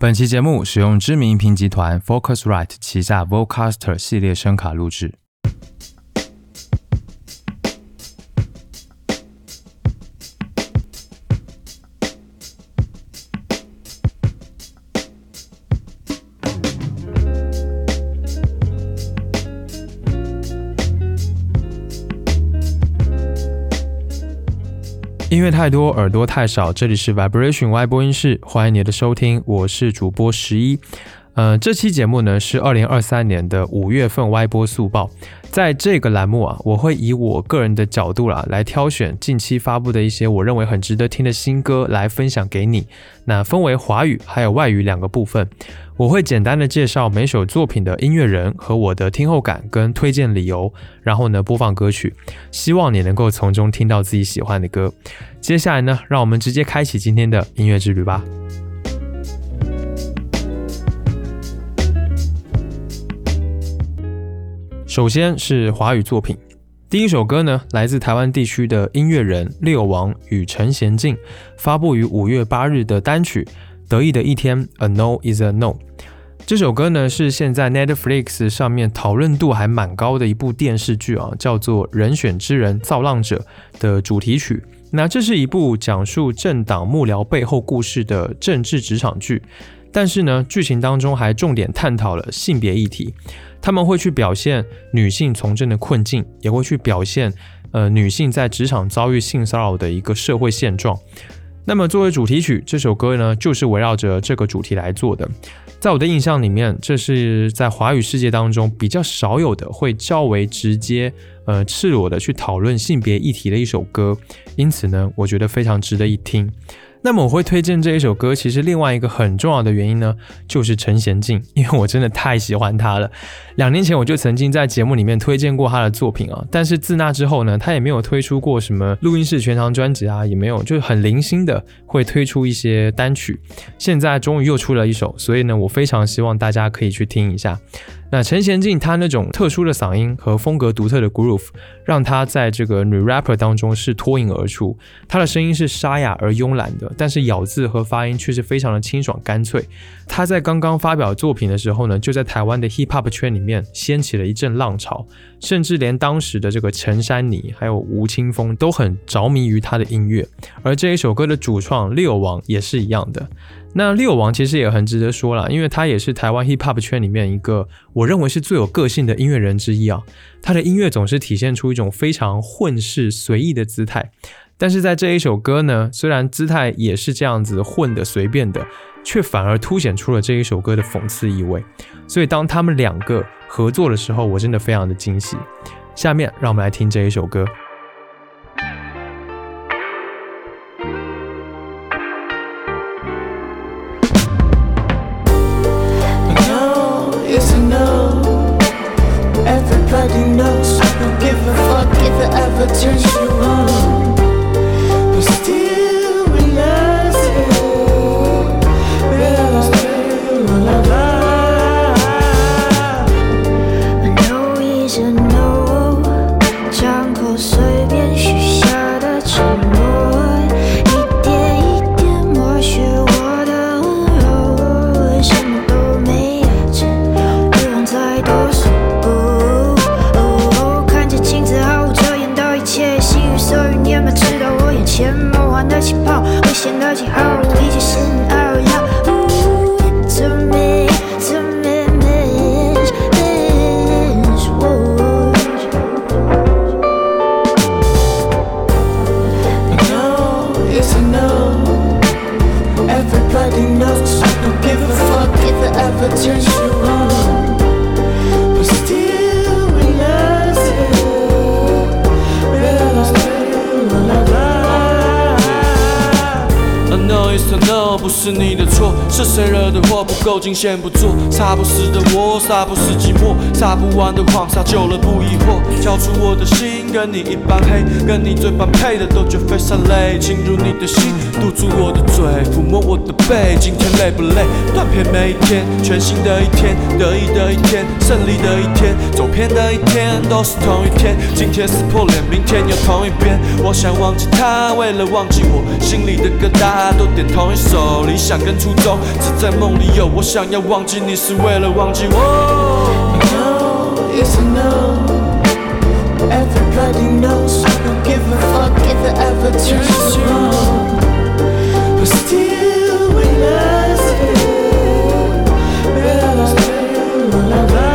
本期节目使用知名音频集团 Focusrite 旗下 Vocaster 系列声卡录制。音乐太多，耳朵太少，这里是 Vibration Y 播音室，欢迎你的收听，我是主播11。这期节目呢是2023年的5月份 Y 播速报。在这个栏目啊，我会以我个人的角度来挑选近期发布的一些我认为很值得听的新歌来分享给你。那分为华语还有外语两个部分。我会简单的介绍每首作品的音乐人和我的听后感跟推荐理由，然后呢播放歌曲，希望你能够从中听到自己喜欢的歌。接下来呢，让我们直接开启今天的音乐之旅吧。首先是华语作品，第一首歌呢来自台湾地区的音乐人六王与陈贤进，发布于5月8日的单曲得意的一天 A No is a No。 这首歌呢是现在 Netflix 上面讨论度还蛮高的一部电视剧叫做人选之人造浪者的主题曲。那这是一部讲述政党幕僚背后故事的政治职场剧，但是呢剧情当中还重点探讨了性别议题，他们会去表现女性从政的困境，也会去表现女性在职场遭遇性骚扰的一个社会现状。那么作为主题曲，这首歌呢就是围绕着这个主题来做的。在我的印象里面，这是在华语世界当中比较少有的会较为直接赤裸的去讨论性别议题的一首歌，因此呢我觉得非常值得一听。那么我会推荐这一首歌，其实另外一个很重要的原因呢，就是陈贤进，因为我真的太喜欢他了。2年前我就曾经在节目里面推荐过他的作品但是自那之后呢，他也没有推出过什么录音室全长专辑也没有，就是很零星的会推出一些单曲。现在终于又出了一首，所以呢，我非常希望大家可以去听一下。那陈贤进他那种特殊的嗓音和风格独特的 groove， 让他在这个女 rapper 当中是脱颖而出。他的声音是沙哑而慵懒的，但是咬字和发音却是非常的清爽干脆。他在刚刚发表作品的时候呢，就在台湾的 hip hop 圈里面掀起了一阵浪潮，甚至连当时的这个陈珊妮还有吴青峰都很着迷于他的音乐。而这一首歌的主创六王也是一样的。那六王其实也很值得说啦，因为他也是台湾 hip hop 圈里面一个我认为是最有个性的音乐人之一他的音乐总是体现出一种非常混世随意的姿态，但是在这一首歌呢，虽然姿态也是这样子混的随便的，却反而凸显出了这一首歌的讽刺意味。所以当他们两个合作的时候，我真的非常的惊喜。下面让我们来听这一首歌。 Everybody knows I don't give a fuck if it ever turns you on, but still we lost it. We're still alive. A no is a no， 张口随便许下的承诺，一点一点剥削我的温柔，什么都没有值，不用再多说。直到我眼前梦幻的气泡，危险的记号，一切先熬药。It's a me, it's a me, bitch, bitch. A no, it's a no. Everybody knows I don't give a fuck if it ever turns you on, but still we lost it. We're still A no is a no， 不是你的错，是谁惹的祸？不够惊险不做，杀不死的我，杀不死寂寞，杀不完的谎，杀久了不疑惑。交出我的心，跟你一般黑，跟你最般配的都绝非善类。侵入你的心，堵住我的嘴，抚摸我的背。今天累不累？断片每一天，全新的一天，得意的一天，胜利的一天，走偏的一天，都是同一天。今天撕破脸，明天又同一遍。我想忘记他，为了忘记我，心里的疙瘩都点同一首。理想跟初衷， 只在梦里有。我想要忘记你是为了忘记我。 No, it's a no. Everybody knows I don't give a fuck if it ever turns wrong. But still we must feel that I still love.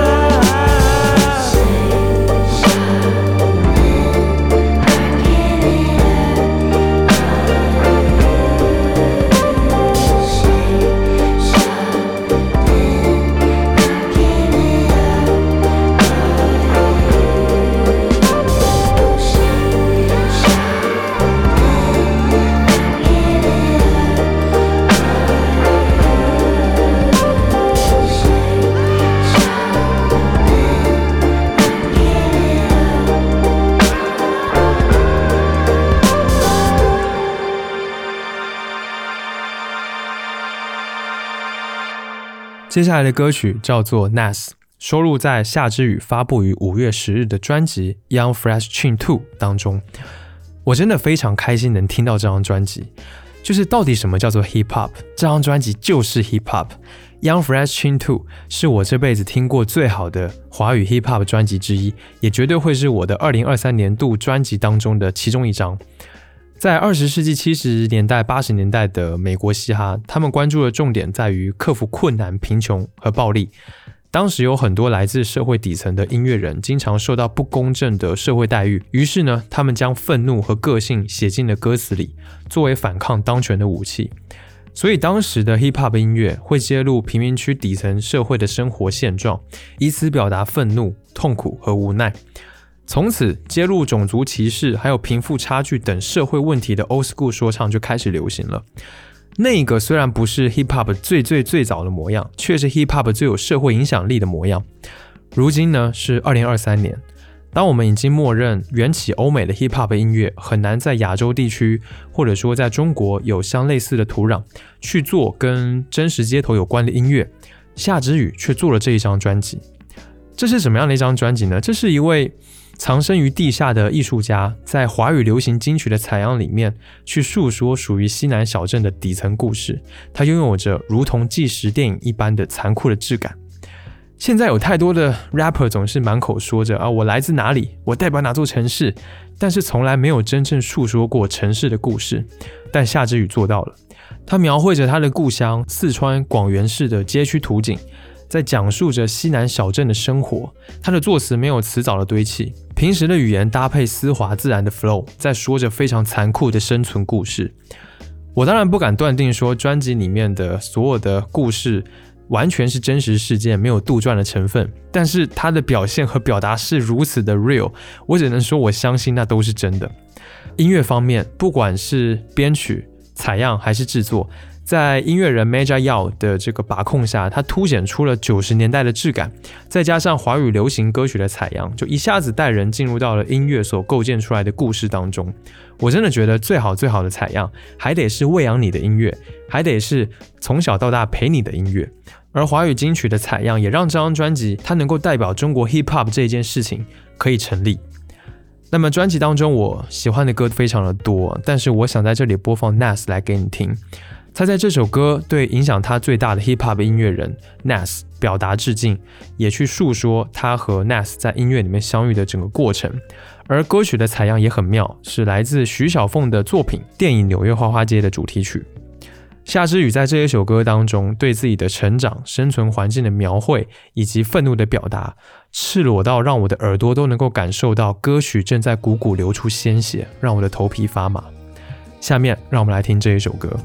接下来的歌曲叫做 Nas， 收录在夏之雨发布于5月10日的专辑 Young Fresh Chin 2 当中。我真的非常开心能听到这张专辑，就是到底什么叫做 Hip Hop， 这张专辑就是 Hip Hop。 Young Fresh Chin 2 是我这辈子听过最好的华语 Hip Hop 专辑之一，也绝对会是我的2023年度专辑当中的其中一张。在20世纪70年代、80年代的美国嘻哈，他们关注的重点在于克服困难、贫穷和暴力。当时有很多来自社会底层的音乐人，经常受到不公正的社会待遇，于是呢，他们将愤怒和个性写进了歌词里，作为反抗当权的武器。所以当时的 Hip Hop 音乐会揭露贫民区底层社会的生活现状，以此表达愤怒、痛苦和无奈。从此，揭露种族歧视还有贫富差距等社会问题的 Old School 说唱就开始流行了。那个虽然不是 Hip Hop 最早的模样，却是 Hip Hop 最有社会影响力的模样。如今呢，是2023年，当我们已经默认源起欧美的 Hip Hop 音乐很难在亚洲地区或者说在中国有相类似的土壤去做跟真实街头有关的音乐，夏之雨却做了这一张专辑。这是什么样的一张专辑呢？这是一位藏身于地下的艺术家，在华语流行金曲的采样里面去述说属于西南小镇的底层故事，它拥有着如同纪实电影一般的残酷的质感。现在有太多的 rapper 总是满口说着我来自哪里，我代表哪座城市，但是从来没有真正述说过城市的故事。但夏之雨做到了，他描绘着他的故乡四川广元市的街区图景，在讲述着西南小镇的生活。他的作词没有词藻的堆砌，平时的语言搭配丝滑自然的 flow， 在说着非常残酷的生存故事。我当然不敢断定说专辑里面的所有的故事完全是真实事件，没有杜撰的成分，但是他的表现和表达是如此的 real， 我只能说我相信那都是真的。音乐方面，不管是编曲、采样还是制作，在音乐人 Major Yao 的这个把控下，它凸显出了90年代的质感，再加上华语流行歌曲的采样，就一下子带人进入到了音乐所构建出来的故事当中。我真的觉得最好的采样，还得是喂养你的音乐，还得是从小到大陪你的音乐。而华语金曲的采样，也让这张专辑它能够代表中国 Hip Hop 这件事情可以成立。那么专辑当中我喜欢的歌非常的多，但是我想在这里播放 Nas 来给你听。他在这首歌对影响他最大的 Hip Hop 音乐人 Nas 表达致敬，也去述说他和 Nas 在音乐里面相遇的整个过程。而歌曲的采样也很妙，是来自徐小凤的作品电影《纽约花花街》的主题曲。夏之雨在这一首歌当中对自己的成长、生存环境的描绘以及愤怒的表达，赤裸到让我的耳朵都能够感受到歌曲正在汩汩流出鲜血，让我的头皮发麻。下面让我们来听这一首歌。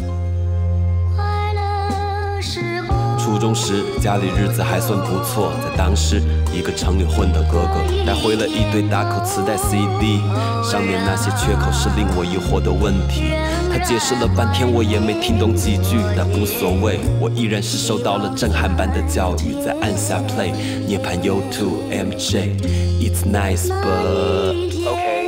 初中时家里日子还算不错，在当时一个城里混的哥哥带回了一堆大口磁带 CD， 上面那些缺口是令我疑惑的问题，他解释了半天我也没听懂几句，但无所谓，我依然是受到了震撼般的教育。再按下 play 涅槃 U2 MJ It's nice but OK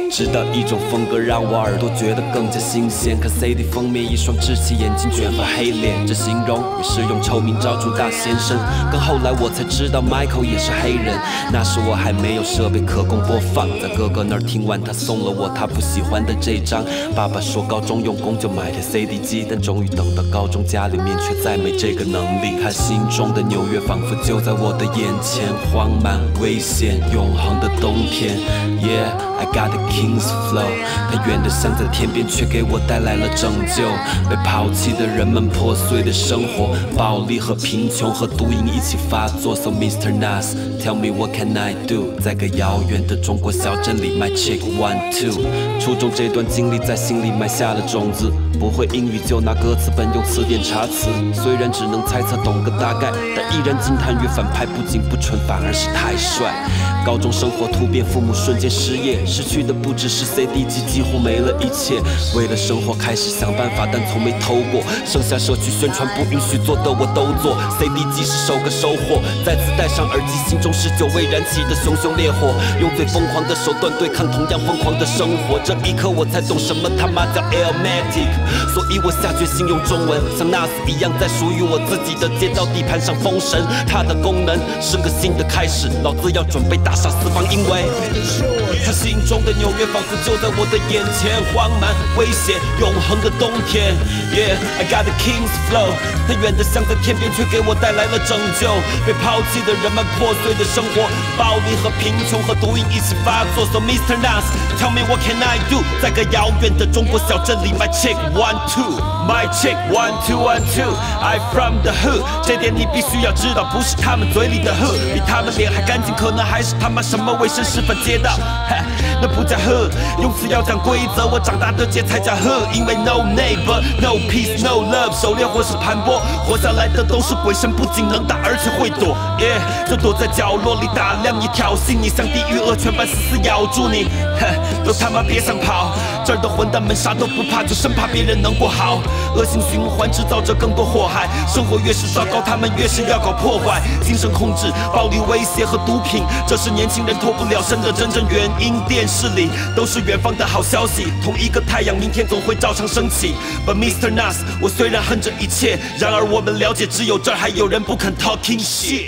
直到一种风格让我耳朵觉得更加新鲜。看 CD 封面，一双稚气眼睛，卷发黑脸，这形容也是用臭名昭著大先生。更后来我才知道 Michael 也是黑人，那时我还没有设备可供播放，在哥哥那儿听完，他送了我他不喜欢的这张。爸爸说高中用功就买台 CD 机，但终于等到高中，家里面却再没这个能力。他心中的纽约仿佛就在我的眼前，荒蛮危险，永恒的冬天。Yeah, I got the king's flow。它远得像在天边，却给我带来了拯救。被抛弃的人们，破碎的生活，暴力和贫穷和毒瘾一起发作。So Mr. Nas, tell me what can I do？ 在个遥远的中国小镇里 ，My chick 1, 2。初中这段经历在心里埋下了种子，不会英语就拿歌词本用词典查词，虽然只能猜测懂个大概，但依然惊叹于反派不仅不蠢，反而是太帅。高中生活突变，父母瞬间失业，失去的不只是 CD 机，几乎没了一切。为了生活开始想办法，但从没偷过。剩下社区宣传不允许做的我都做。CD 机是首个收获，再次戴上耳机，心中是久未燃起的熊熊烈火，用最疯狂的手段对抗同样疯狂的生活。这一刻我才懂什么他妈叫 Illmatic， 所以我下决心用中文，像 Nas 一样，在属于我自己的街道地盘上封神。它的功能是个新的开始，老子要准备大杀四方，因为他心中的纽约仿佛就在我的眼前，荒蛮危险，永恒的冬天。Yeah, I got the king's flow。它远得像在天边，却给我带来了拯救。被抛弃的人们，破碎的生活，暴力和贫穷和毒瘾一起发作。So Mr. Nas, tell me what can I do？ 在个遥远的中国小镇里 ，My chick 1, 2， My chick 1, 2, 1, 2。I'm from the hood， 这点你必须要知道，不是他们嘴里的 hood， 比他们脸还干净，可能还是他妈什么卫生示范街道。那不叫 hood， 用词要讲规则，我长大的街才叫 hood， 因为 no neighbor, no peace, no love， 狩猎或是盘剥，活下来的都是鬼神，不仅能打，而且会躲。Yeah， 就躲在角落里打量你，挑衅你，像地狱恶犬般死死咬住你。都他妈别想跑，这儿的混蛋们啥都不怕，就生怕别人能过好。恶性循环制造着更多祸害，生活越是糟糕，他们越是要搞破坏。精神控制、暴力威胁和毒品，这是年轻人脱不了身的真正原因。电视里都是远方的好消息，同一个太阳，明天总会照常升起。But Mr. Nas， 我虽然恨这一切，然而我们了解，只有这儿还有人不肯 talking shit。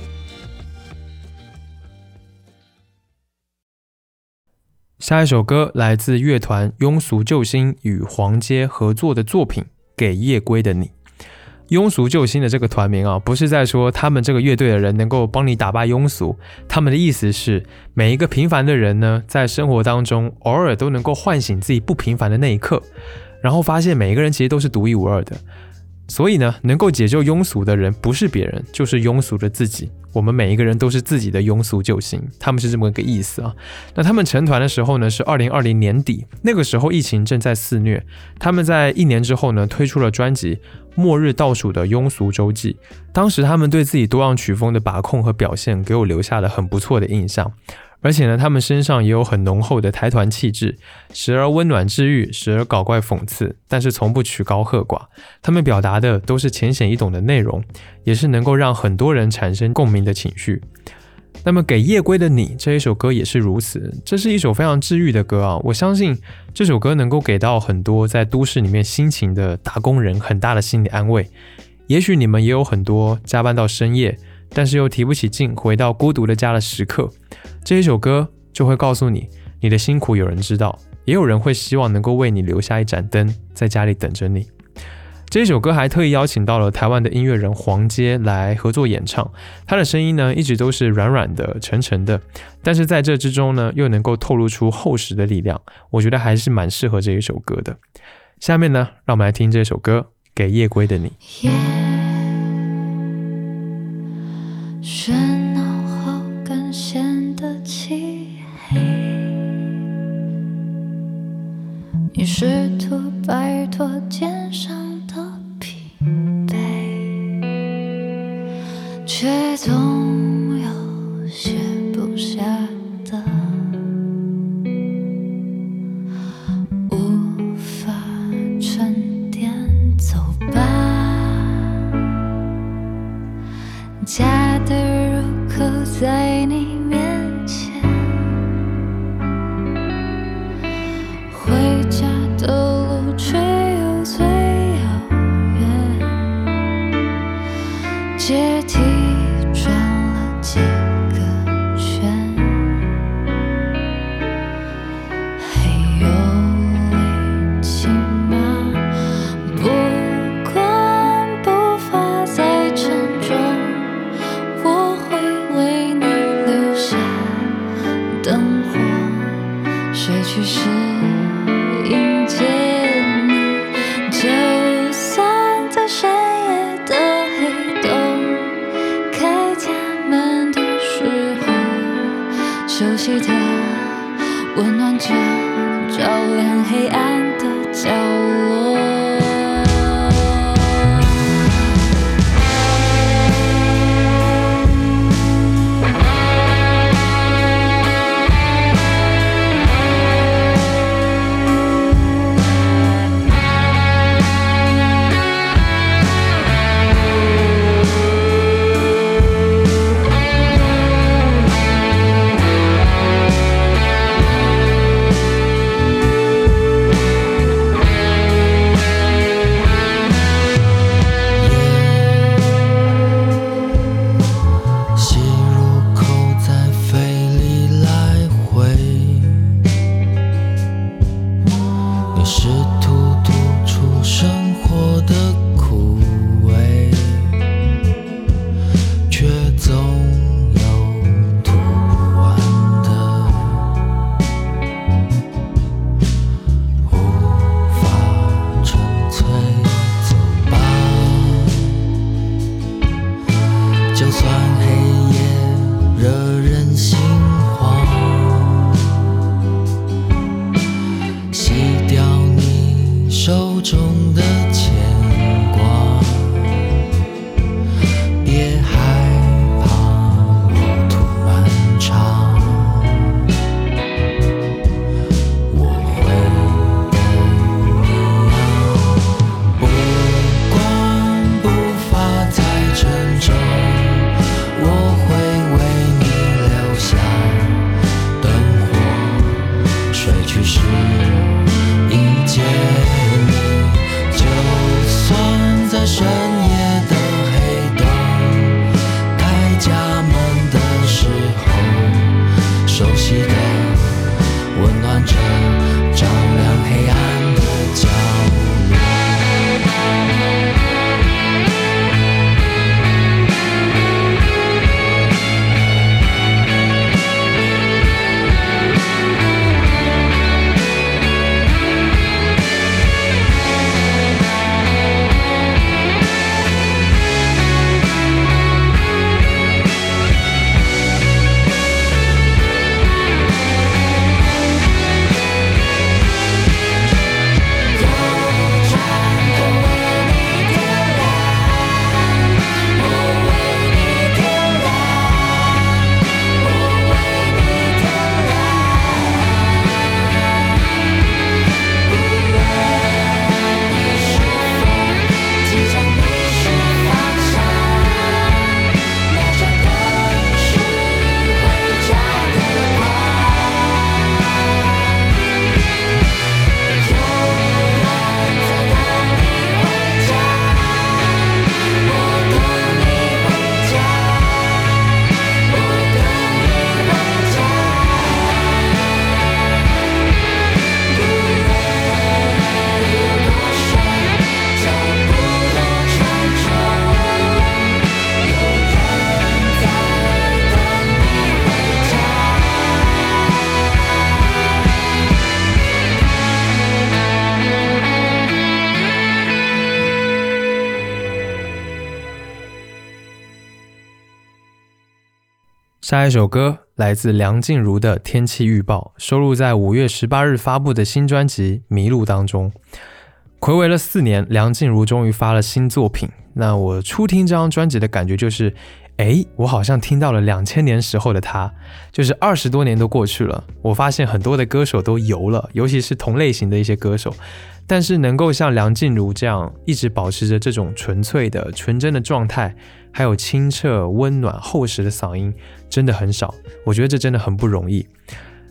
下一首歌来自乐团庸俗救星与黄街合作的作品《给夜归的你》。庸俗救星的这个团名啊，不是在说他们这个乐队的人能够帮你打败庸俗，他们的意思是每一个平凡的人呢，在生活当中偶尔都能够唤醒自己不平凡的那一刻，然后发现每一个人其实都是独一无二的。所以呢，能够解救庸俗的人不是别人，就是庸俗的自己。我们每一个人都是自己的庸俗救星，他们是这么个意思啊。那他们成团的时候呢，是2020年底，那个时候疫情正在肆虐。他们在1年之后呢，推出了专辑《末日倒数的庸俗周记》。当时他们对自己多样曲风的把控和表现，给我留下了很不错的印象。而且呢，他们身上也有很浓厚的台团气质，时而温暖治愈，时而搞怪讽刺，但是从不曲高和寡。他们表达的都是浅显易懂的内容，也是能够让很多人产生共鸣的情绪。那么《给夜归的你》这一首歌也是如此，这是一首非常治愈的歌啊！我相信这首歌能够给到很多在都市里面辛勤的打工人很大的心理安慰。也许你们也有很多加班到深夜，但是又提不起劲回到孤独的家的时刻，这一首歌就会告诉你，你的辛苦有人知道，也有人会希望能够为你留下一盏灯，在家里等着你。这一首歌还特意邀请到了台湾的音乐人黄街来合作演唱，他的声音呢一直都是软软的、沉沉的，但是在这之中呢又能够透露出厚实的力量，我觉得还是蛮适合这一首歌的。下面呢，让我们来听这首歌《给夜归的你》。 喧闹后更显得漆黑，你试图摆脱肩上的疲惫，却总有些不下的，无法沉淀。走吧，家的入口在你面前， 阶梯转了几个圈，还有力气吗？不管步伐再沉重，我会为你留下灯火，睡去时迎接你，就算在深夜的黑洞，开家门的时候，熟悉的温暖着照亮黑暗的角落。 下一首歌来自梁静茹的《天气预报》，收录在5月18日发布的新专辑《迷路》当中。睽违了4年，梁静茹终于发了新作品。那我初听这张专辑的感觉就是，我好像听到了2000年时候的她，就是20多年都过去了。我发现很多的歌手都游了，尤其是同类型的一些歌手，但是能够像梁静茹这样一直保持着这种纯粹的、纯真的状态，还有清澈、温暖、厚实的嗓音，真的很少。我觉得这真的很不容易。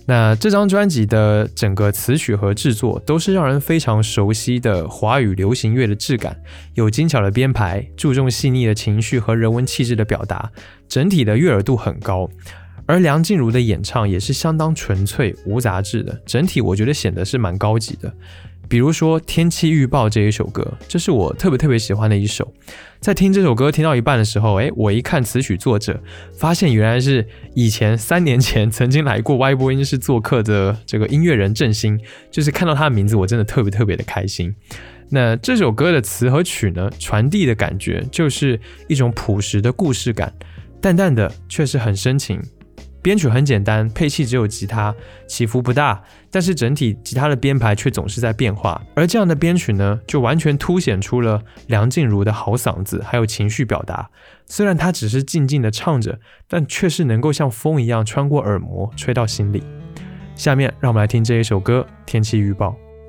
那这张专辑的整个词曲和制作都是让人非常熟悉的华语流行乐的质感，有精巧的编排，注重细腻的情绪和人文气质的表达，整体的悦耳度很高。而梁静茹的演唱也是相当纯粹无杂质的，整体我觉得显得是蛮高级的。比如说《天气预报》这一首歌，这是我特别喜欢的一首。在听这首歌听到一半的时候，我一看词曲作者，发现原来是以前3年前曾经来过歪播音室做客的这个音乐人郑兴，就是看到他的名字我真的特别的开心。那这首歌的词和曲呢，传递的感觉就是一种朴实的故事感，淡淡的却是很深情。编曲很简单，配器只有吉他，起伏不大，但是整体吉他的编排却总是在变化。而这样的编曲呢，就完全凸显出了梁静茹的好嗓子还有情绪表达。虽然她只是静静的唱着，但却是能够像风一样穿过耳膜吹到心里。下面让我们来听这一首歌《天气预报》。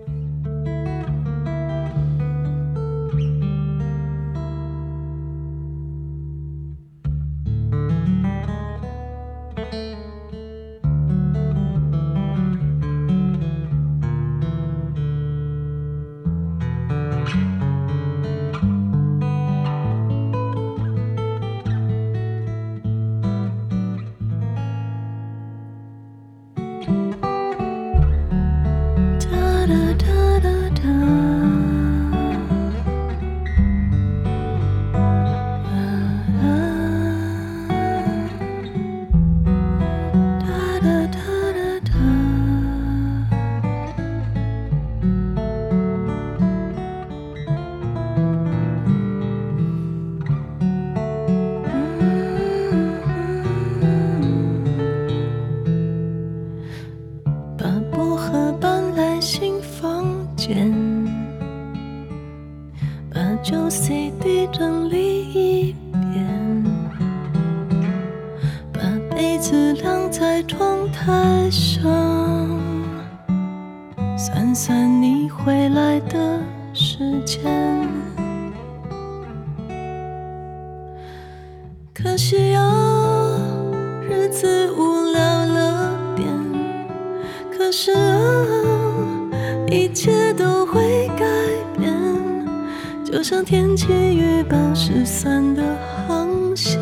可惜日子无聊了点，可是一切都会改变，就像天气预报失散的航线。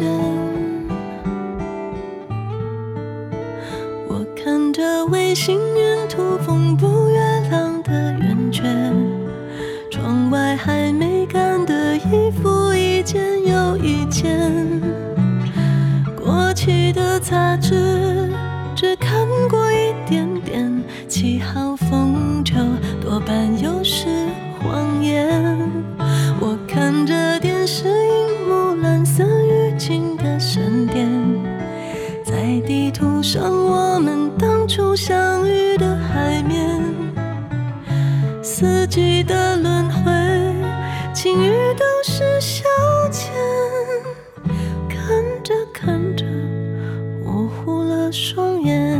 我看着卫星云图风不月亮的圆缺，窗外还没干的衣服一件又一件，过期的杂志只看过一点点，7号风球多半又是谎言。我看着电视荧幕蓝色预警的闪电，在地图上我们当初相遇的海面，四季的轮回，晴雨都是消遣。看着看着模糊了双眼，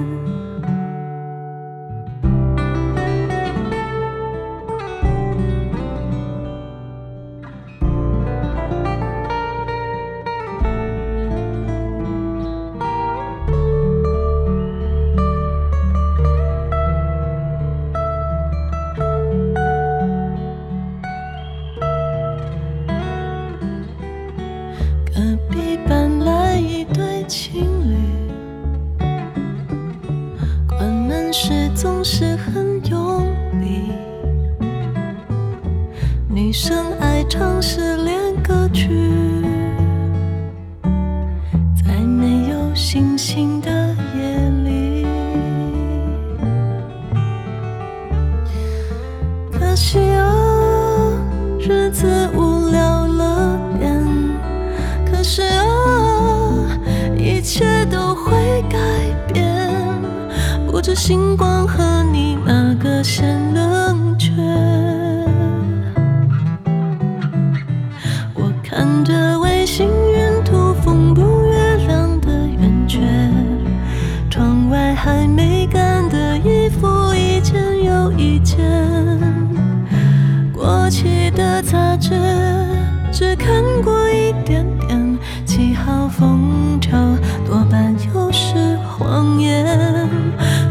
隔壁搬来一对情侣，关门时总是很用力，女生爱唱失恋歌曲，在没有星星的夜里。可惜日子无聊了点，可是一切都会改变，不知星光和你哪个先冷却。我看着卫星云图风不月亮的圆缺，窗外还没干的衣服一件又一件，过期的杂志只看过一点点，7号风球多半又是谎言。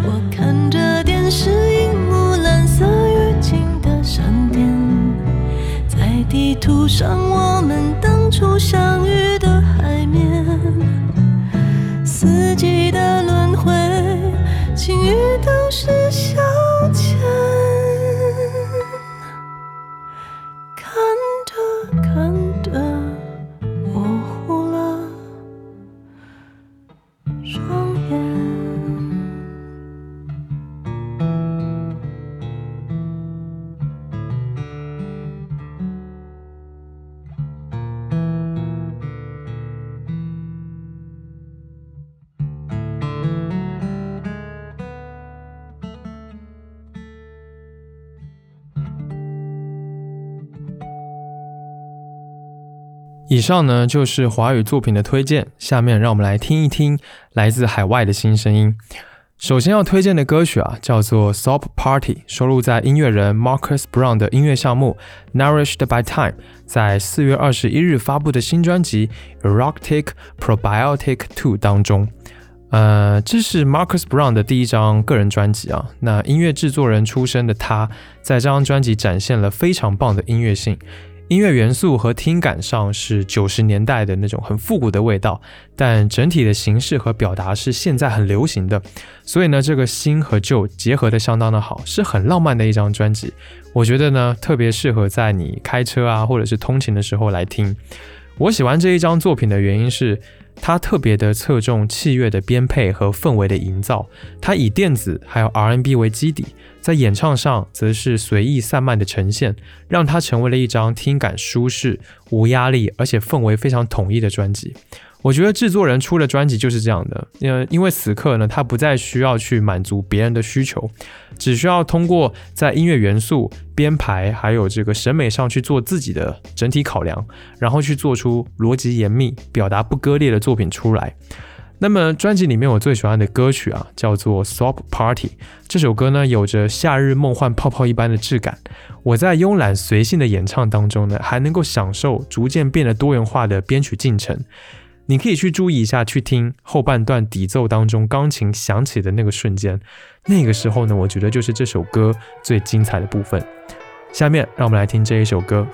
以上呢就是华语作品的推荐，下面让我们来听一听来自海外的新声音。首先要推荐的歌曲啊，叫做 Soap Party， 收录在音乐人 Marcus Brown 的音乐项目 Nourished by Time 在4月21日发布的新专辑 Erotic Probiotic 2 当中。这是 Marcus Brown 的第一张个人专辑啊。那音乐制作人出身的他，在这张专辑展现了非常棒的音乐性。音乐元素和听感上是90年代的那种很复古的味道，但整体的形式和表达是现在很流行的，所以呢，这个新和旧结合的相当的好，是很浪漫的一张专辑。我觉得呢，特别适合在你开车啊，或者是通勤的时候来听。我喜欢这一张作品的原因是，它特别的侧重器乐的编配和氛围的营造，它以电子还有 R&B 为基底，在演唱上则是随意散漫的呈现，让它成为了一张听感舒适、无压力，而且氛围非常统一的专辑。我觉得制作人出的专辑就是这样的，因为此刻呢，他不再需要去满足别人的需求，只需要通过在音乐元素、编排还有这个审美上去做自己的整体考量，然后去做出逻辑严密、表达不割裂的作品出来。那么专辑里面我最喜欢的歌曲啊，叫做 Soap Party。 这首歌呢，有着夏日梦幻泡泡一般的质感。我在慵懒随性的演唱当中呢，还能够享受逐渐变得多元化的编曲进程。你可以去注意一下，去听后半段底奏当中钢琴响起的那个瞬间，那个时候呢，我觉得就是这首歌最精彩的部分。下面让我们来听这一首歌。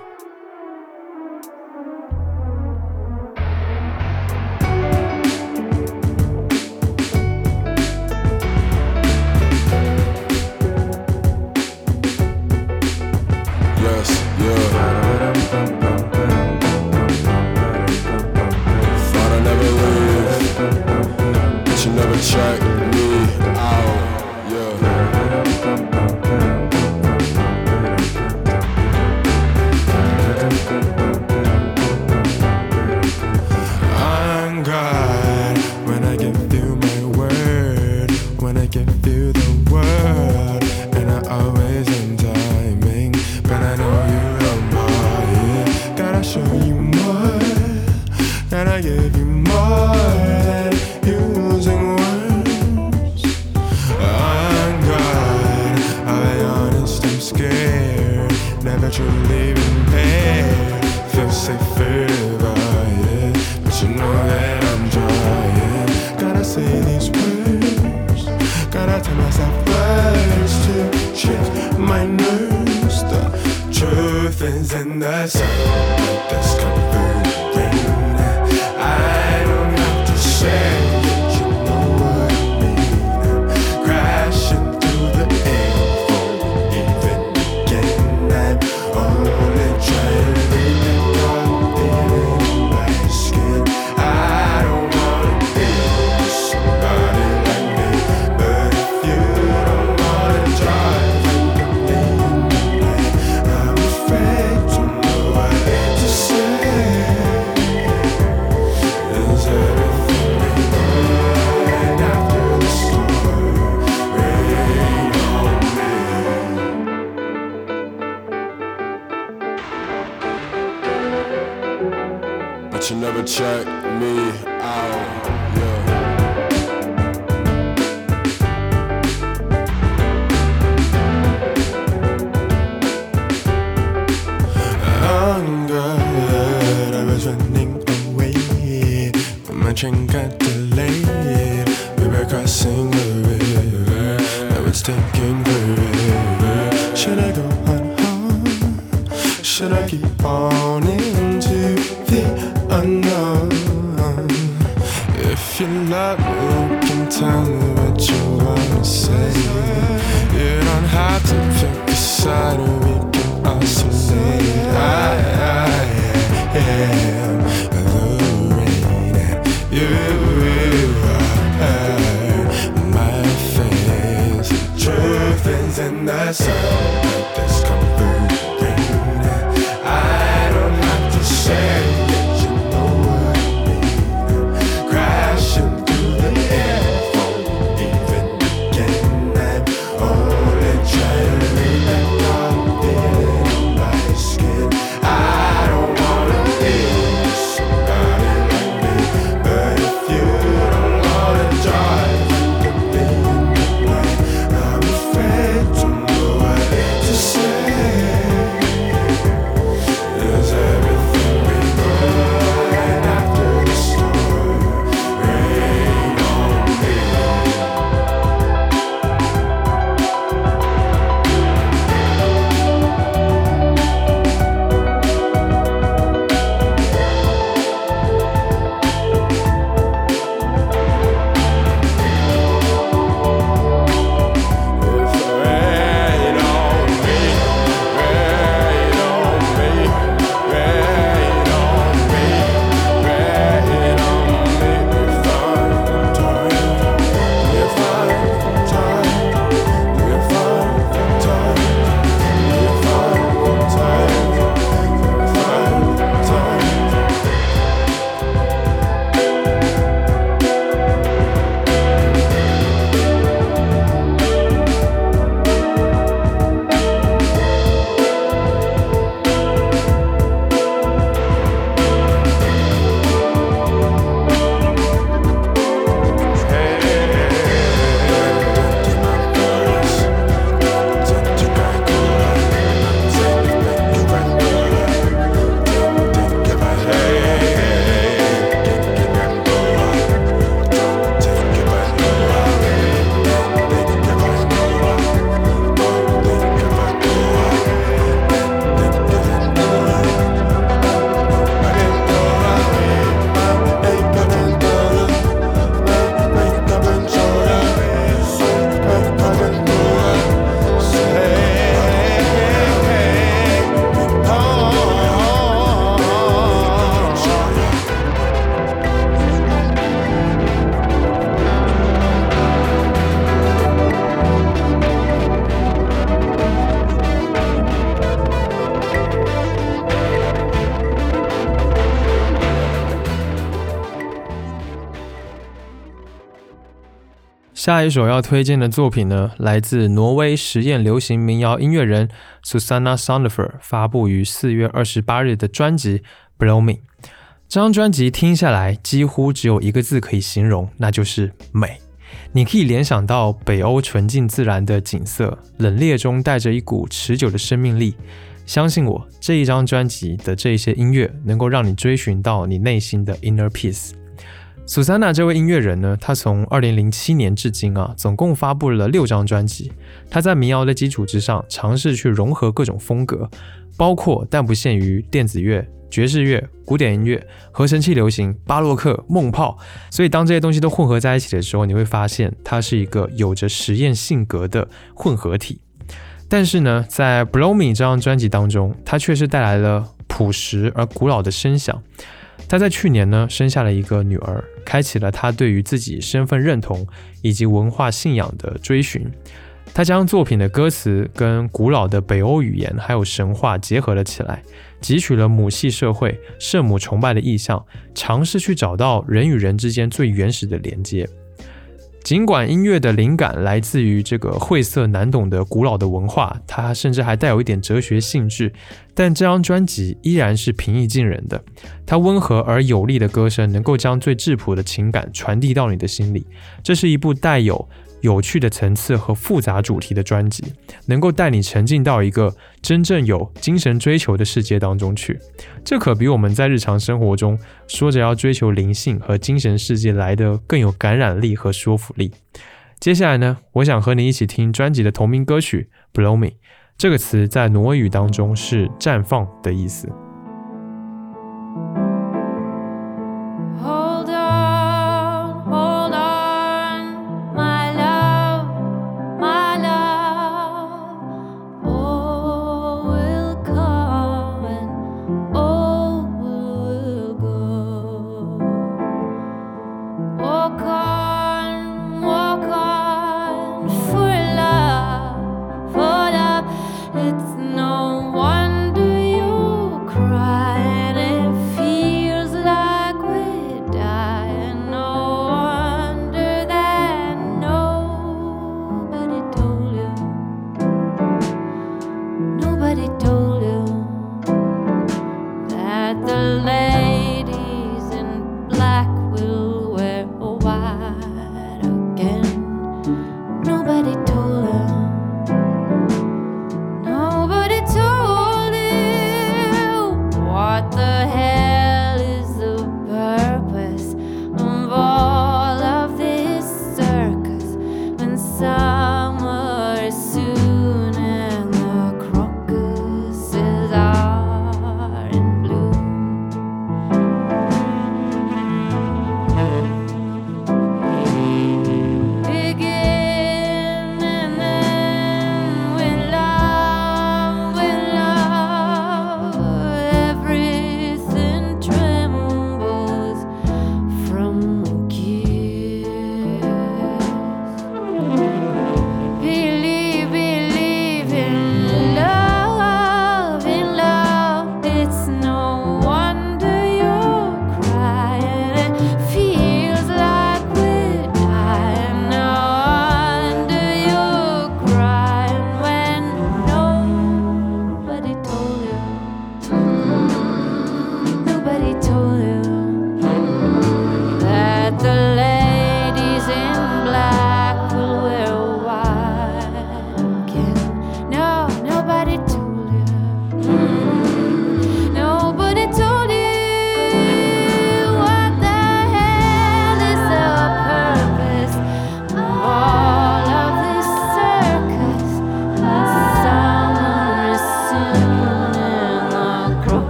But you never check me out, yeah. I'm good, I was running away when my train got delayed. We were crossing the river, now it's taking forever. Should I go on home? Should I keep on into the unknown? If you love me, you can tell me what you wanna say. You don't have to pick a side, or we can oscillate. I am the rain, and you are my face. The truth is in the sun, but this comfort rain. I don't have to say it, you know what I mean. Crashing through the air, won't even begin. I'm only trying to leave that warm feeling in my skin. I don't wanna be 下一首要推荐的作品呢，来自挪威实验流行民谣音乐人 Susanna Sundfør 发布于4月28日的专辑 Blow Me。 这张专辑听下来几乎只有一个字可以形容，那就是美。你可以联想到北欧纯净自然的景色，冷冽中带着一股持久的生命力。相信我，这一张专辑的这一些音乐能够让你追寻到你内心的 inner peace。Susanna 这位音乐人呢，他从2007年至今总共发布了6张专辑。他在民谣的基础之上，尝试去融合各种风格，包括但不限于电子乐、爵士乐、古典音乐、合成器流行、巴洛克、梦泡。所以当这些东西都混合在一起的时候，你会发现它是一个有着实验性格的混合体。但是呢，在 Blow Me 这张专辑当中，他却是带来了朴实而古老的声响。他在去年呢生下了一个女儿，开启了他对于自己身份认同以及文化信仰的追寻。他将作品的歌词跟古老的北欧语言还有神话结合了起来，汲取了母系社会、圣母崇拜的意象，尝试去找到人与人之间最原始的连接。尽管音乐的灵感来自于这个晦涩难懂的古老的文化，它甚至还带有一点哲学性质，但这张专辑依然是平易近人的。它温和而有力的歌声能够将最质朴的情感传递到你的心里。这是一部带有有趣的层次和复杂主题的专辑，能够带你沉浸到一个真正有精神追求的世界当中去。这可比我们在日常生活中说着要追求灵性和精神世界来的更有感染力和说服力。接下来呢，我想和你一起听专辑的同名歌曲 Blow Me。 这个词在挪威语当中是绽放的意思。 It's no wonder you cry.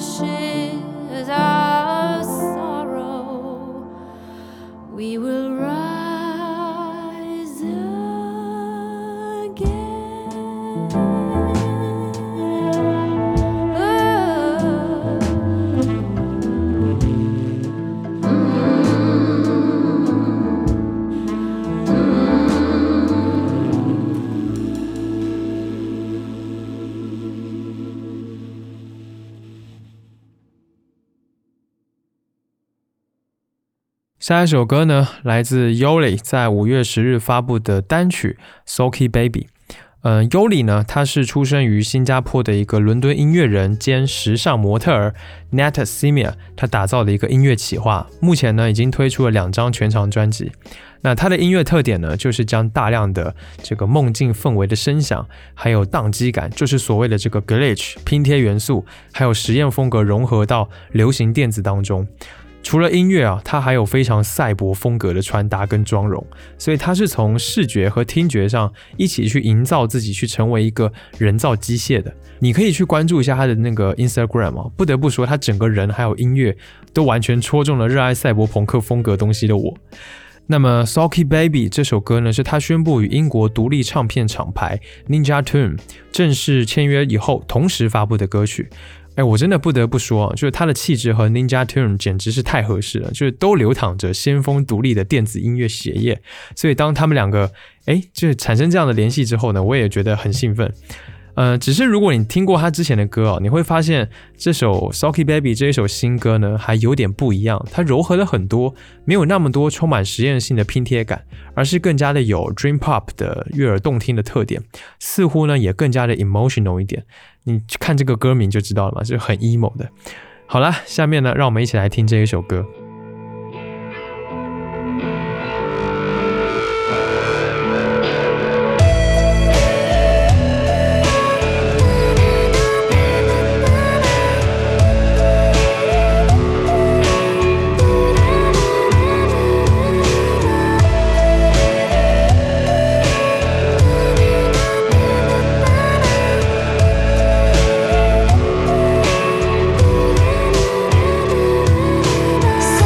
ashes of sorrow, we will rise again. 下一首歌呢，来自 Yoli 在5月10日发布的单曲 Soaky Baby。Yoli 呢，他是出生于新加坡的一个伦敦音乐人兼时尚模特儿 Nat Simia， 他打造的一个音乐企划，目前呢已经推出了2张全长专辑。那他的音乐特点呢，就是将大量的这个梦境氛围的声响，还有宕机感，就是所谓的这个 glitch 拼贴元素，还有实验风格融合到流行电子当中。除了音乐啊，它还有非常赛博风格的穿搭跟妆容，所以它是从视觉和听觉上一起去营造自己，去成为一个人造机械的。你可以去关注一下他的那个 Instagram 啊，不得不说他整个人还有音乐都完全戳中了热爱赛博朋克风格东西的我。那么 Soaky Baby 这首歌呢，是他宣布与英国独立唱片厂牌 Ninja Tune 正式签约以后同时发布的歌曲。我真的不得不说，就是他的气质和 Ninja Tune 简直是太合适了，就是都流淌着先锋独立的电子音乐血液，所以当他们两个就是产生这样的联系之后呢，我也觉得很兴奋。只是如果你听过他之前的歌你会发现这首 Soaky Baby 这一首新歌呢，还有点不一样，它糅合了很多没有那么多充满实验性的拼贴感，而是更加的有 Dream Pop 的悦耳动听的特点，似乎呢也更加的 emotional 一点。你看这个歌名就知道了嘛，是很 emo 的。好啦，下面呢让我们一起来听这一首歌。 So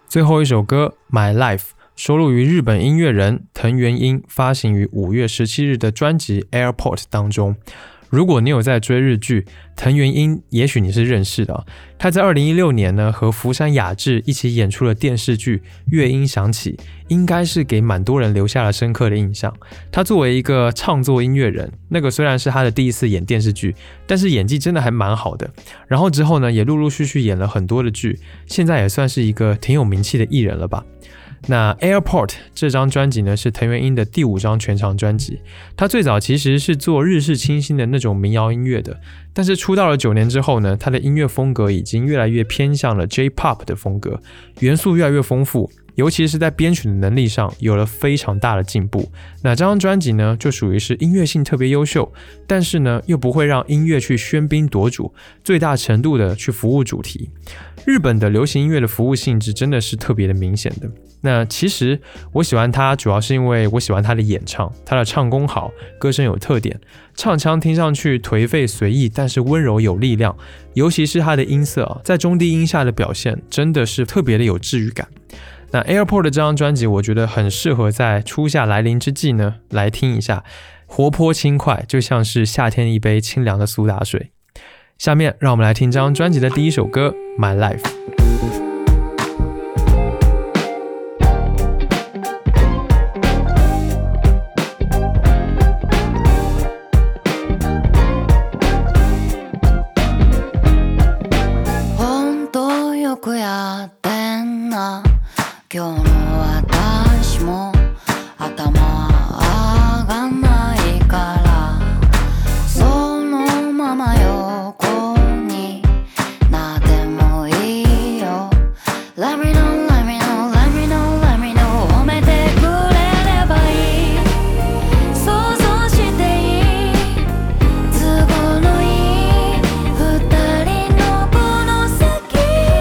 最后一首歌 My Life 收录于日本音乐人藤原英发行于5月17日的专辑 Airport 当中。如果你有在追日剧，藤原英也许你是认识的他在2016年呢和福山雅治一起演出了电视剧《乐音响起》，应该是给蛮多人留下了深刻的印象。他作为一个唱作音乐人，那个虽然是他的第一次演电视剧，但是演技真的还蛮好的。然后之后呢也陆陆续续演了很多的剧，现在也算是一个挺有名气的艺人了吧。那 Airport 这张专辑呢是藤原英的第5张全长专辑，他最早其实是做日式清新的那种民谣音乐的，但是出道了9年之后呢，他的音乐风格已经越来越偏向了 J-Pop 的风格，元素越来越丰富，尤其是在编曲的能力上有了非常大的进步。那这张专辑呢就属于是音乐性特别优秀，但是呢又不会让音乐去喧宾夺主，最大程度的去服务主题。日本的流行音乐的服务性质真的是特别的明显的。那其实我喜欢他主要是因为我喜欢他的演唱，他的唱功好，歌声有特点，唱腔听上去颓废随意，但是温柔有力量，尤其是他的音色在中低音下的表现真的是特别的有治愈感。那 Airport 的这张专辑我觉得很适合在初夏来临之际呢来听一下，活泼轻快，就像是夏天一杯清凉的苏打水。下面让我们来听这张专辑的第一首歌 My Life。 今日の私も頭上がんないからそのまま横になってもいいよ Let me know, let me know, let me know, let me know 褒めてくれればいい想像していい都合のいい二人のこの先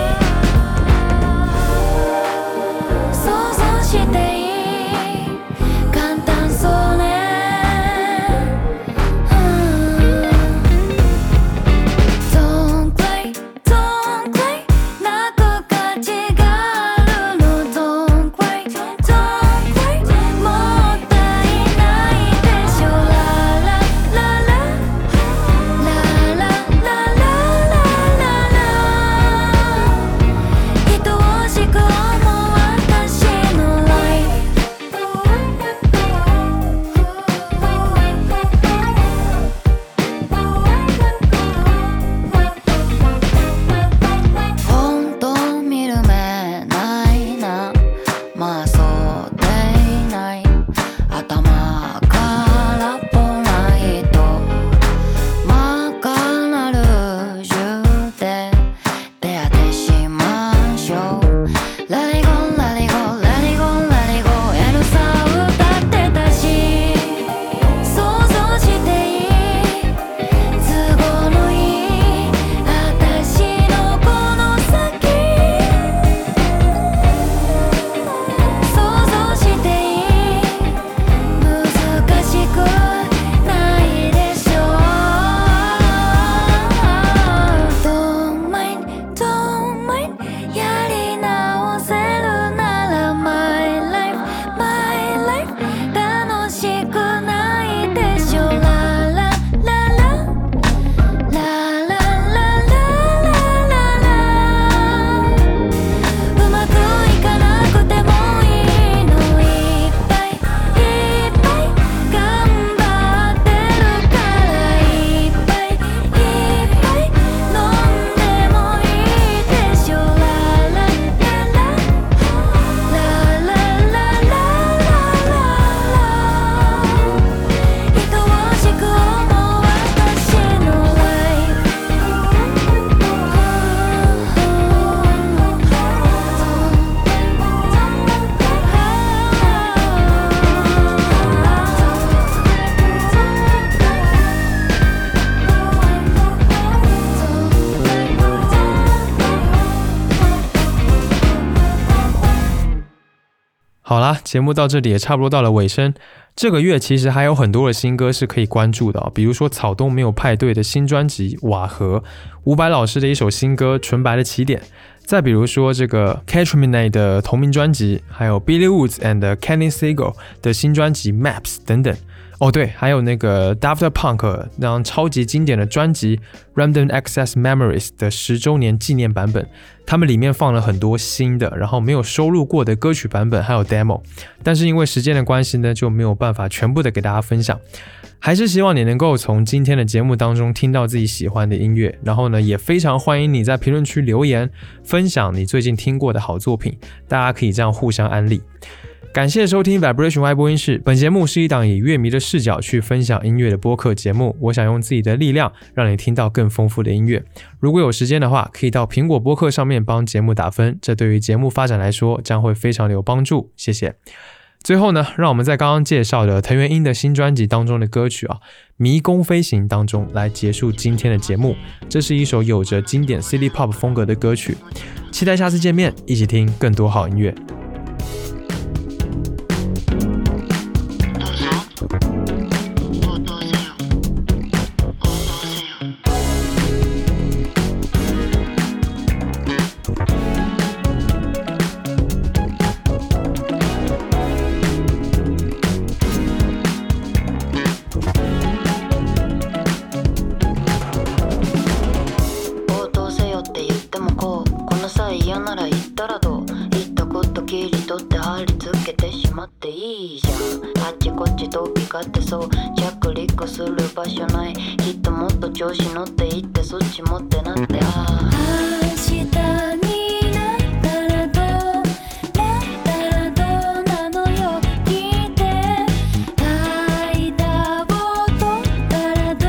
想像していい簡単そうね、Don't play, don't play 泣く価値があるの Don't cry, don't cry もったいないでしょ La la la la La la la la la la 愛おしく思う私の life 本当見る目ないなまあそうでいない頭空っぽないと真っ赤なルージュで出会ってしましょう Let it go, let it go, let it go, let it go エルサ歌ってたし想像していい都合のいい私のこの先想像していい難しくないでしょ Don't mind, don't mind やり直せるなら My life, my life 楽しくないでしょ La la la la La la la la la la うまくいかなくてもいいのいっぱいいっぱい頑張ってるからいっぱいいっぱい飲んでもいいでしょ La la la la La la la la la la 愛おしく思う私の life 好啦，节目到这里也差不多到了尾声。这个月其实还有很多的新歌是可以关注的比如说草东没有派对的新专辑《瓦合》，伍佰老师的一首新歌《纯白的起点》， 再比如说这个 Catch Me Night 的同名专辑，还有 Billy Woods and Kenny Segal 的新专辑 Maps 等等。哦对，还有那个 Daft Punk 那张超级经典的专辑 Random Access Memories 的10周年纪念版本，他们里面放了很多新的，然后没有收录过的歌曲版本还有 demo， 但是因为时间的关系呢，就没有办法全部的给大家分享。还是希望你能够从今天的节目当中听到自己喜欢的音乐，然后呢，也非常欢迎你在评论区留言分享你最近听过的好作品，大家可以这样互相安利。感谢收听 Vibration Y 播音室，本节目是一档以乐迷的视角去分享音乐的播客节目，我想用自己的力量让你听到更丰富的音乐。如果有时间的话，可以到苹果播客上面帮节目打分，这对于节目发展来说将会非常的有帮助，谢谢。最后呢，让我们在刚刚介绍的藤原英的新专辑当中的歌曲迷宫飞行当中来结束今天的节目。这是一首有着经典 City Pop 风格的歌曲，期待下次见面，一起听更多好音乐。 調子乗っていってそっち持ってなって明日になったらどうなのよ聞いて間を取ったらど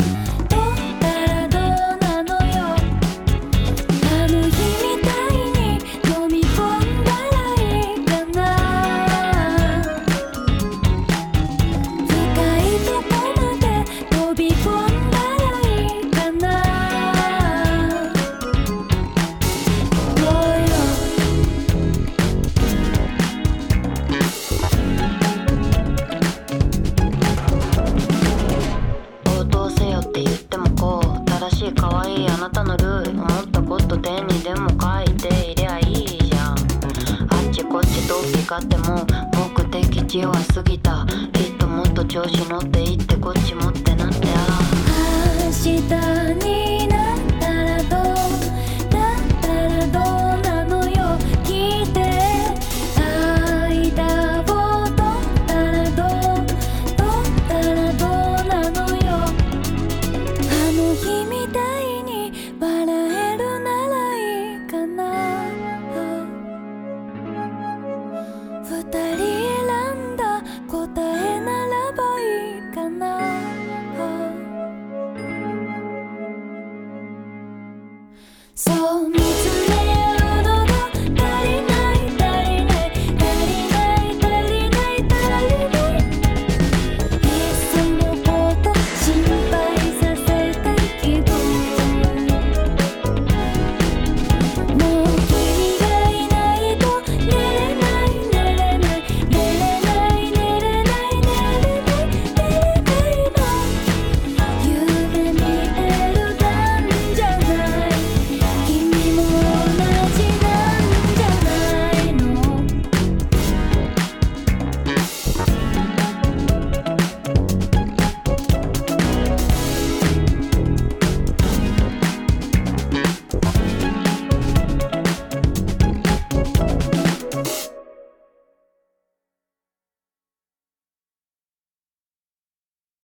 うなのよあの日みたいに飲み込んだらいいかな深いとこまで飛び込んだ可愛いあなたのルール思ったこと手にでも書いていりゃいいじゃんあっちこっちどうピカっても目的地は過ぎたきっともっと調子乗っていってこっち持ってなって明日になったらどうなのよ聞いて間を取ったらどうなのよあの日みたいに笑えるならいいかな二人